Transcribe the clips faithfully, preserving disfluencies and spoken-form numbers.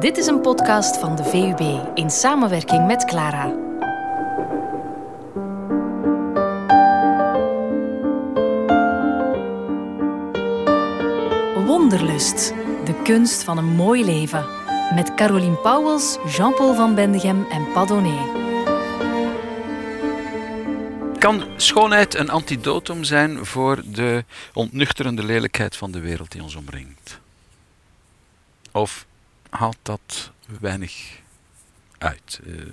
Dit is een podcast van de V U B in samenwerking met Clara. Wonderlust, de kunst van een mooi leven. Met Caroline Pauwels, Jean-Paul van Bendegem en Padonnet. Kan schoonheid een antidotum zijn voor de ontnuchterende lelijkheid van de wereld die ons omringt? Of haalt dat weinig uit? Uh,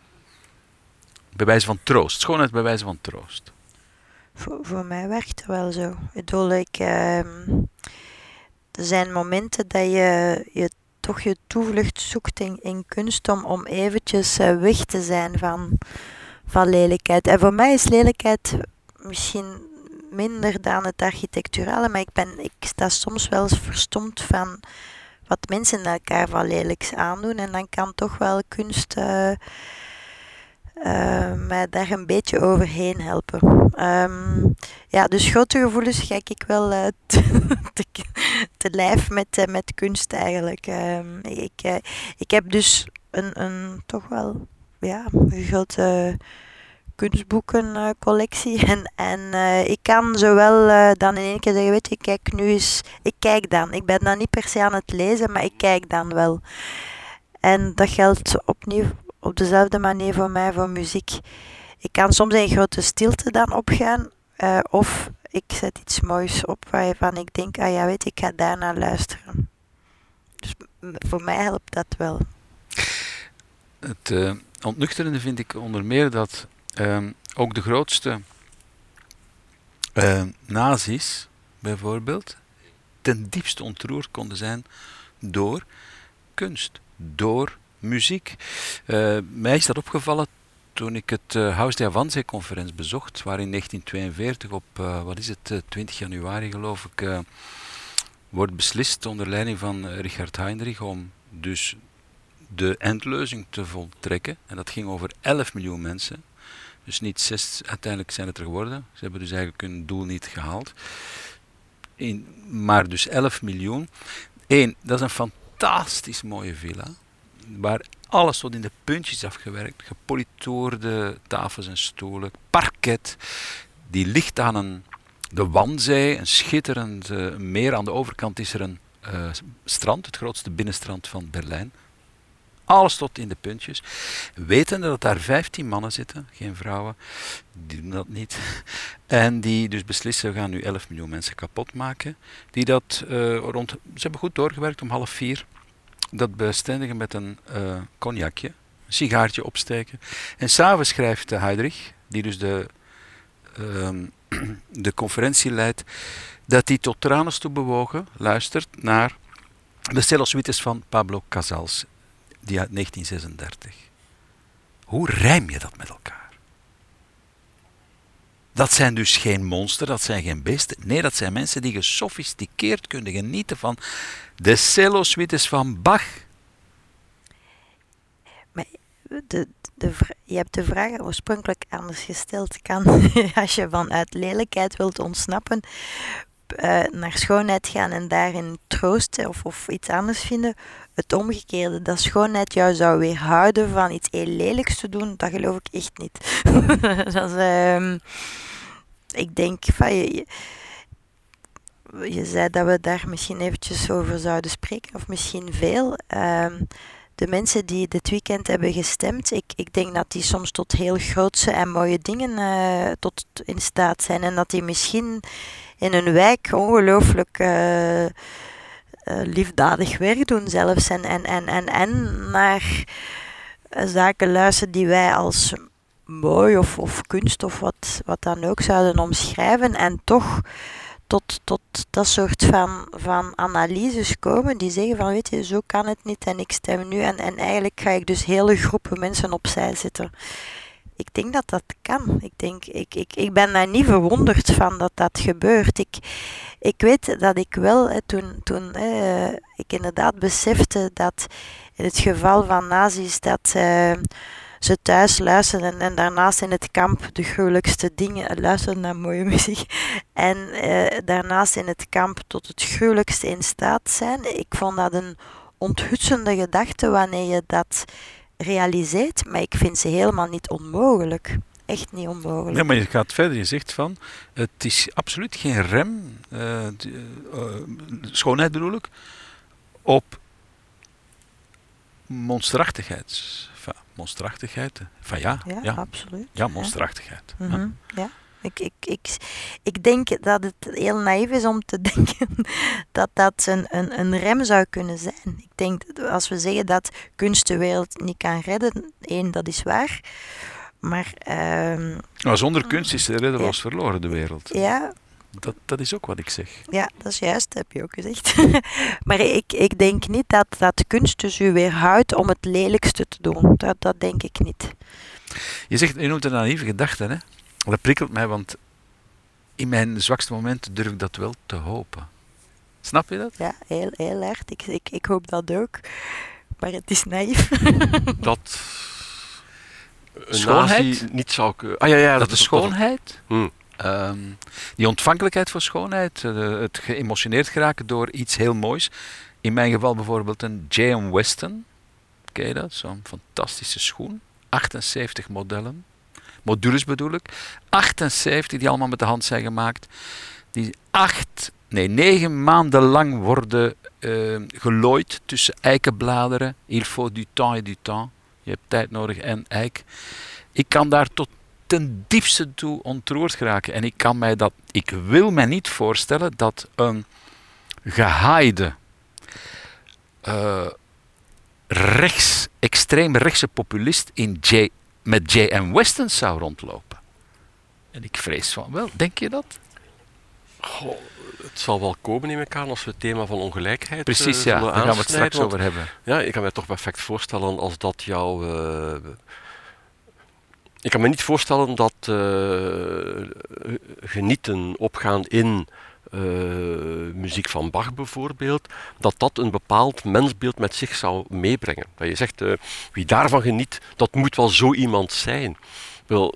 bij wijze van troost. Schoonheid bij wijze van troost. Voor, voor mij werkt het wel zo. Ik bedoel, ik, uh, er zijn momenten dat je, je toch je toevlucht zoekt in, in kunst om, om eventjes uh, weg te zijn van, van lelijkheid. En voor mij is lelijkheid misschien minder dan het architecturale, maar ik, ben, ik sta soms wel eens verstomd van wat mensen elkaar van lelijks aandoen. En dan kan toch wel kunst uh, uh, mij daar een beetje overheen helpen. Um, ja, dus grote gevoelens ga ik wel uh, te, te, te lijf met, uh, met kunst eigenlijk. Um, ik, uh, ik heb dus een, een toch wel ja, een grote kunstboekencollectie. Uh, en en uh, ik kan zowel uh, dan in één keer zeggen, weet je, ik kijk nu eens, ik kijk dan. Ik ben dan niet per se aan het lezen, maar ik kijk dan wel. En dat geldt opnieuw op dezelfde manier voor mij, voor muziek. Ik kan soms in grote stilte dan opgaan, uh, of ik zet iets moois op waarvan ik denk, ah ja, weet je, ik ga daarna luisteren. Dus voor mij helpt dat wel. Het uh, ontnuchterende vind ik onder meer dat Um, ook de grootste uh, nazi's, bijvoorbeeld, ten diepste ontroerd konden zijn door kunst, door muziek. Uh, mij is dat opgevallen toen ik het uh, Haus der Wannsee-conferentie bezocht, waar in negentien tweeënveertig op, uh, wat is het, uh, twintig januari geloof ik, uh, wordt beslist onder leiding van uh, Richard Heinrich om dus de endleuzing te voltrekken. En dat ging over elf miljoen mensen. Dus niet zes, uiteindelijk zijn het er geworden. Ze hebben dus eigenlijk hun doel niet gehaald. In, maar dus elf miljoen. Eén, dat is een fantastisch mooie villa. Waar alles tot in de puntjes afgewerkt. Gepolitoorde tafels en stoelen. Parket. Die ligt aan een, de Wannsee. Een schitterend uh, meer. Aan de overkant is er een uh, strand. Het grootste binnenstrand van Berlijn. Alles tot in de puntjes. Wetende dat daar vijftien mannen zitten, geen vrouwen, die doen dat niet. En die dus beslissen, we gaan nu elf miljoen mensen kapot maken. Die dat uh, rond, ze hebben goed doorgewerkt om half vier. Dat bestendigen met een uh, cognacje, een sigaartje opsteken. En s'avonds schrijft uh, Heydrich, die dus de, uh, de conferentie leidt, dat hij tot tranen toe bewogen luistert naar de cello-suites van Pablo Casals. Die uit negentien zesendertig. Hoe rijm je dat met elkaar? Dat zijn dus geen monsters, dat zijn geen beesten. Nee, dat zijn mensen die gesofisticeerd kunnen genieten van de cello-suites van Bach. Maar de, de, je hebt de vraag oorspronkelijk anders gesteld. Kan, als je vanuit lelijkheid wilt ontsnappen, uh, naar schoonheid gaan en daarin troosten of, of iets anders vinden. Het omgekeerde, dat schoonheid jou zou weerhouden van iets heel lelijks te doen, dat geloof ik echt niet. dat is, uh, ik denk, van, je, je, je zei dat we daar misschien eventjes over zouden spreken, of misschien veel. Uh, de mensen die dit weekend hebben gestemd, ik, ik denk dat die soms tot heel grootse en mooie dingen uh, tot in staat zijn. En dat die misschien in een wijk ongelooflijk Uh, Uh, liefdadig werk doen zelfs en, en, en, en, en naar uh, zaken luisteren die wij als mooi of, of kunst of wat, wat dan ook zouden omschrijven en toch tot, tot dat soort van, van analyses komen die zeggen van weet je, zo kan het niet en ik stem nu en, en eigenlijk ga ik dus hele groepen mensen opzij zetten. Ik denk dat dat kan. Ik, denk, ik, ik, ik ben daar niet verwonderd van dat dat gebeurt. Ik, ik weet dat ik wel, hè, toen, toen hè, ik inderdaad besefte dat in het geval van nazi's dat uh, ze thuis luisterden en daarnaast in het kamp de gruwelijkste dingen, luisterden naar mooie muziek, en uh, daarnaast in het kamp tot het gruwelijkste in staat zijn. Ik vond dat een onthutsende gedachte wanneer je dat realiseert, maar ik vind ze helemaal niet onmogelijk. Echt niet onmogelijk. Ja, maar je gaat verder. Je zegt van, het is absoluut geen rem, uh, uh, uh, schoonheid bedoel ik, op monsterachtigheid. Enfin, monsterachtigheid. Van ja, ja, ja, absoluut. Ja, monsterachtigheid. Ja. Mm-hmm. Ja. Ik, ik, ik, ik denk dat het heel naïef is om te denken dat dat een, een, een rem zou kunnen zijn. Ik denk, als we zeggen dat kunst de wereld niet kan redden, één, dat is waar. Maar, uh, maar zonder kunst is ze reddeloos ja. verloren, de wereld. Ja. Dat, dat is ook wat ik zeg. Ja, dat is juist, heb je ook gezegd. Maar ik, ik denk niet dat, dat kunst dus u weerhoudt om het lelijkste te doen. Dat, dat denk ik niet. Je zegt, je noemt een naïeve gedachte, hè? Dat prikkelt mij, want in mijn zwakste momenten durf ik dat wel te hopen. Snap je dat? Ja, heel, heel erg. Ik, ik, ik hoop dat ook. Maar het is naïef. Dat een schoonheid niet zou kunnen... Ah, ja, ja, dat, dat de is, schoonheid, dat, hmm. um, die ontvankelijkheid voor schoonheid, uh, het geëmotioneerd geraken door iets heel moois. In mijn geval bijvoorbeeld een J M Weston. Ken je dat? Zo'n fantastische schoen. achtenzeventig modellen. Modules bedoel ik. achtenzeventig die allemaal met de hand zijn gemaakt. Die acht, nee, negen maanden lang worden uh, gelooid tussen eikenbladeren. Il faut du temps et du temps. Je hebt tijd nodig en eik. Ik kan daar tot ten diepste toe ontroerd geraken. En ik kan mij dat, ik wil mij niet voorstellen dat een gehaaide, uh, rechts, extreem rechtse populist in J, met J M Weston zou rondlopen. En ik vrees van wel. Denk je dat? Goh, het zal wel komen, neem ik aan, als we het thema van ongelijkheid Precies, uh, ja, daar gaan we het straks want, over hebben. Ja, ik kan me toch perfect voorstellen als dat jouw... Uh, ik kan me niet voorstellen dat uh, genieten, opgaan in uh, muziek van Bach bijvoorbeeld, dat dat een bepaald mensbeeld met zich zou meebrengen. Dat je zegt, uh, wie daarvan geniet, dat moet wel zo iemand zijn. Wel,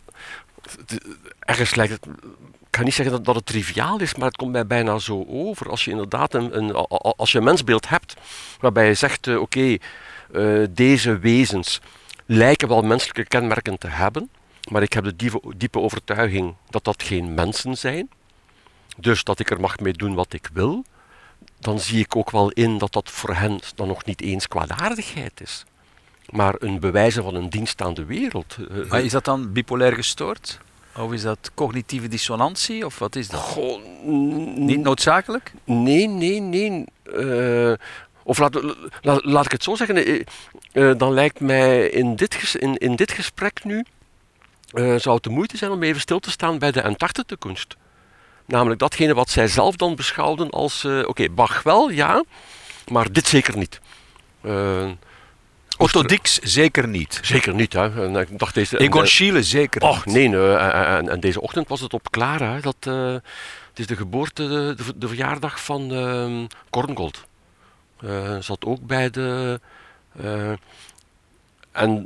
ergens lijkt het... Ik ga niet zeggen dat, dat het triviaal is, maar het komt mij bijna zo over. Als je inderdaad een, een, als je een mensbeeld hebt, waarbij je zegt, uh, oké, okay, uh, deze wezens lijken wel menselijke kenmerken te hebben, maar ik heb de diepe, diepe overtuiging dat dat geen mensen zijn, dus dat ik er mag mee doen wat ik wil, dan zie ik ook wel in dat dat voor hen dan nog niet eens kwaadaardigheid is, maar een bewijzen van een dienst aan de wereld. Maar is dat dan bipolair gestoord? Of is dat cognitieve dissonantie, of wat is dat? Goh, n- Niet noodzakelijk? Nee, nee, nee. Uh, of laat, laat, laat ik het zo zeggen, uh, uh, dan lijkt mij in dit, ges- in, in dit gesprek nu, uh, zou het de moeite zijn om even stil te staan bij de Entartetekunst. Namelijk datgene wat zij zelf dan beschouwden als, uh, oké, okay, Bach wel, ja, maar dit zeker niet. Uh, Otto Dix zeker niet. Zeker niet, hè. En ik dacht deze, Egon Schiele zeker niet. Och, nee, nee. En, en deze ochtend was het op Clara. Dat, uh, het is de geboorte, de, de, de verjaardag van uh, Korngold. Uh, zat ook bij de... Uh, en...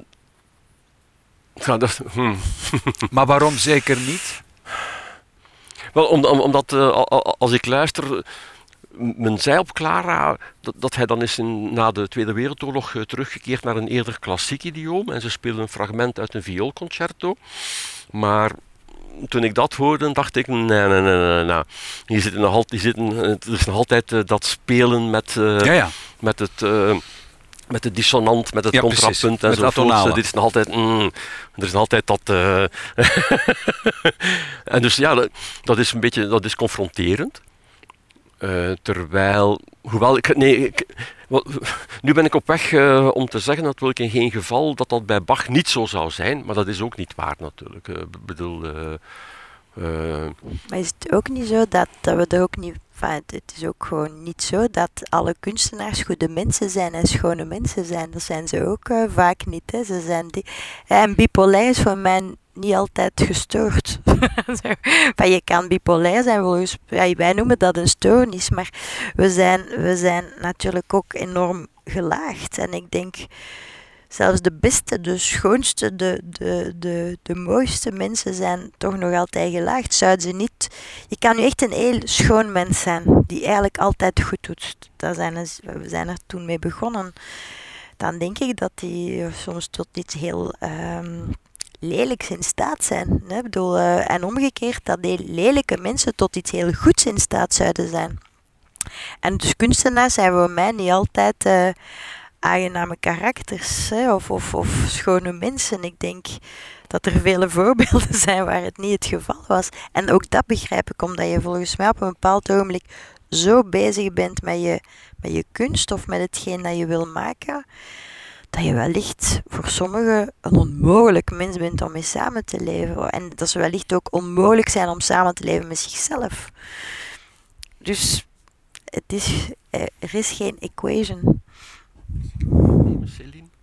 Ja, dat, hmm. Maar waarom zeker niet? Wel, om, om, omdat uh, als ik luister... Men zei op Clara dat, dat hij dan is in, na de Tweede Wereldoorlog uh, teruggekeerd naar een eerder klassiek idioom. En ze speelden een fragment uit een vioolconcerto. Maar toen ik dat hoorde, dacht ik, nee, nee, nee, nee, nee. Hier zit nog altijd, hier zit, er is nog altijd uh, dat spelen met, uh, ja, ja. met het... Uh, met het dissonant, met het ja, contrapunt enzovoort. Dit is nog altijd... Mm, er is nog altijd dat... Uh, en dus ja, dat, dat is een beetje... Dat is confronterend. Uh, terwijl, hoewel ik, nee, ik, wel, nu ben ik op weg uh, om te zeggen, dat wil ik in geen geval, dat dat bij Bach niet zo zou zijn, maar dat is ook niet waar natuurlijk. Ik uh, bedoel... Uh, uh, maar is het ook niet zo dat, dat we er ook niet... Enfin, het is ook gewoon niet zo dat alle kunstenaars goede mensen zijn en schone mensen zijn. Dat zijn ze ook uh, vaak niet. Hè. Ze zijn die, en bipolair is voor mij niet altijd gestoord. Maar je kan bipolair zijn, volgens, ja, wij noemen dat een stoornis, maar we zijn, we zijn natuurlijk ook enorm gelaagd. En ik denk zelfs de beste, de schoonste, de, de, de, de mooiste mensen zijn toch nog altijd gelaagd. Zouden ze niet... Je kan nu echt een heel schoon mens zijn, die eigenlijk altijd goed doet. Daar zijn we zijn er toen mee begonnen. Dan denk ik dat die soms tot iets heel um, lelijks in staat zijn. Hè? Ik bedoel, uh, en omgekeerd, dat die lelijke mensen tot iets heel goeds in staat zouden zijn. En dus kunstenaars zijn voor mij niet altijd uh, aangename karakters, hè? Of, of, of schone mensen. Ik denk dat er vele voorbeelden zijn waar het niet het geval was. En ook dat begrijp ik, omdat je volgens mij op een bepaald ogenblik zo bezig bent met je, met je kunst of met hetgeen dat je wil maken, dat je wellicht voor sommigen een onmogelijk mens bent om mee samen te leven. En dat ze wellicht ook onmogelijk zijn om samen te leven met zichzelf. Dus het is, er is geen equation. Céline?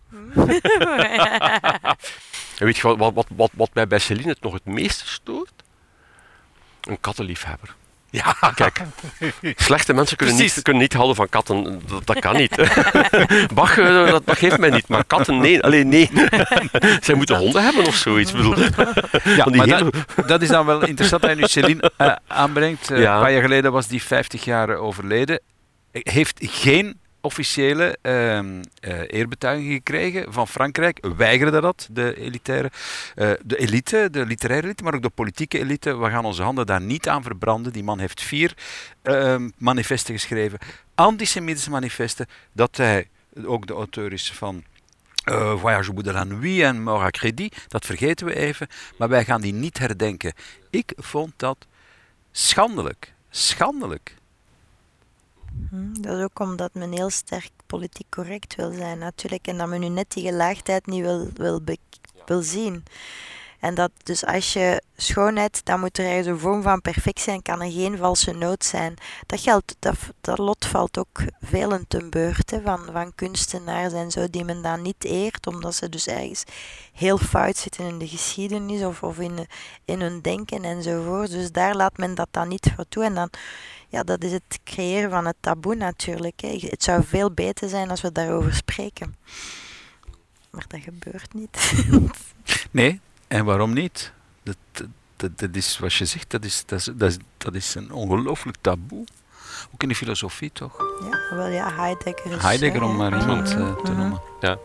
En weet je wat, wat, wat, wat mij bij Céline het nog het meeste stoort? Een kattenliefhebber. Ja, kijk. Slechte mensen kunnen niet, kunnen niet houden van katten. Dat, dat kan niet. Bach, dat, dat geeft mij niet. Maar katten, nee. Alleen nee. Zij moeten honden hebben of zoiets. Bedoel. Ja, maar hele... dat, dat is dan wel interessant dat je nu Céline uh, aanbrengt. Uh, ja. Een paar jaar geleden was die vijftig jaar overleden. Heeft geen officiële uh, uh, eerbetuiging gekregen van Frankrijk. Weigerde dat, de elitaire, uh, de elite, de literaire elite, maar ook de politieke elite. We gaan onze handen daar niet aan verbranden. Die man heeft vier uh, manifesten geschreven, antisemitische manifesten, dat hij ook de auteur is van uh, Voyage au bout de la nuit en Mort à crédit. Dat vergeten we even, maar wij gaan die niet herdenken. Ik vond dat schandelijk. Schandelijk. Dat is ook omdat men heel sterk politiek correct wil zijn natuurlijk. En dat men nu net die gelaagdheid niet wil, wil, be- wil zien. En dat dus als je schoonheid, dan moet er ergens een vorm van perfectie zijn, kan er geen valse noot zijn. Dat geldt, dat, dat lot valt ook velen ten beurt, hè, van, van kunstenaars en zo, die men dan niet eert, omdat ze dus ergens heel fout zitten in de geschiedenis of, of in, in hun denken enzovoort. Dus daar laat men dat dan niet voor toe. En dan, ja, dat is het creëren van het taboe natuurlijk. Hè. Het zou veel beter zijn als we daarover spreken. Maar dat gebeurt niet. Nee. En waarom niet? Dat, dat, dat is wat je zegt, dat is, dat is, dat is, dat is een ongelooflijk taboe. Ook in de filosofie, toch? Ja, wel ja, Heidegger is... Heidegger, om maar iemand uh, te uh-huh. noemen. Ja.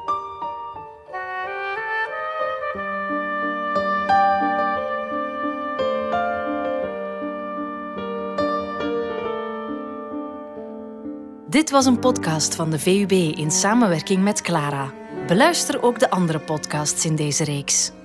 Dit was een podcast van de V U B in samenwerking met Clara. Beluister ook de andere podcasts in deze reeks.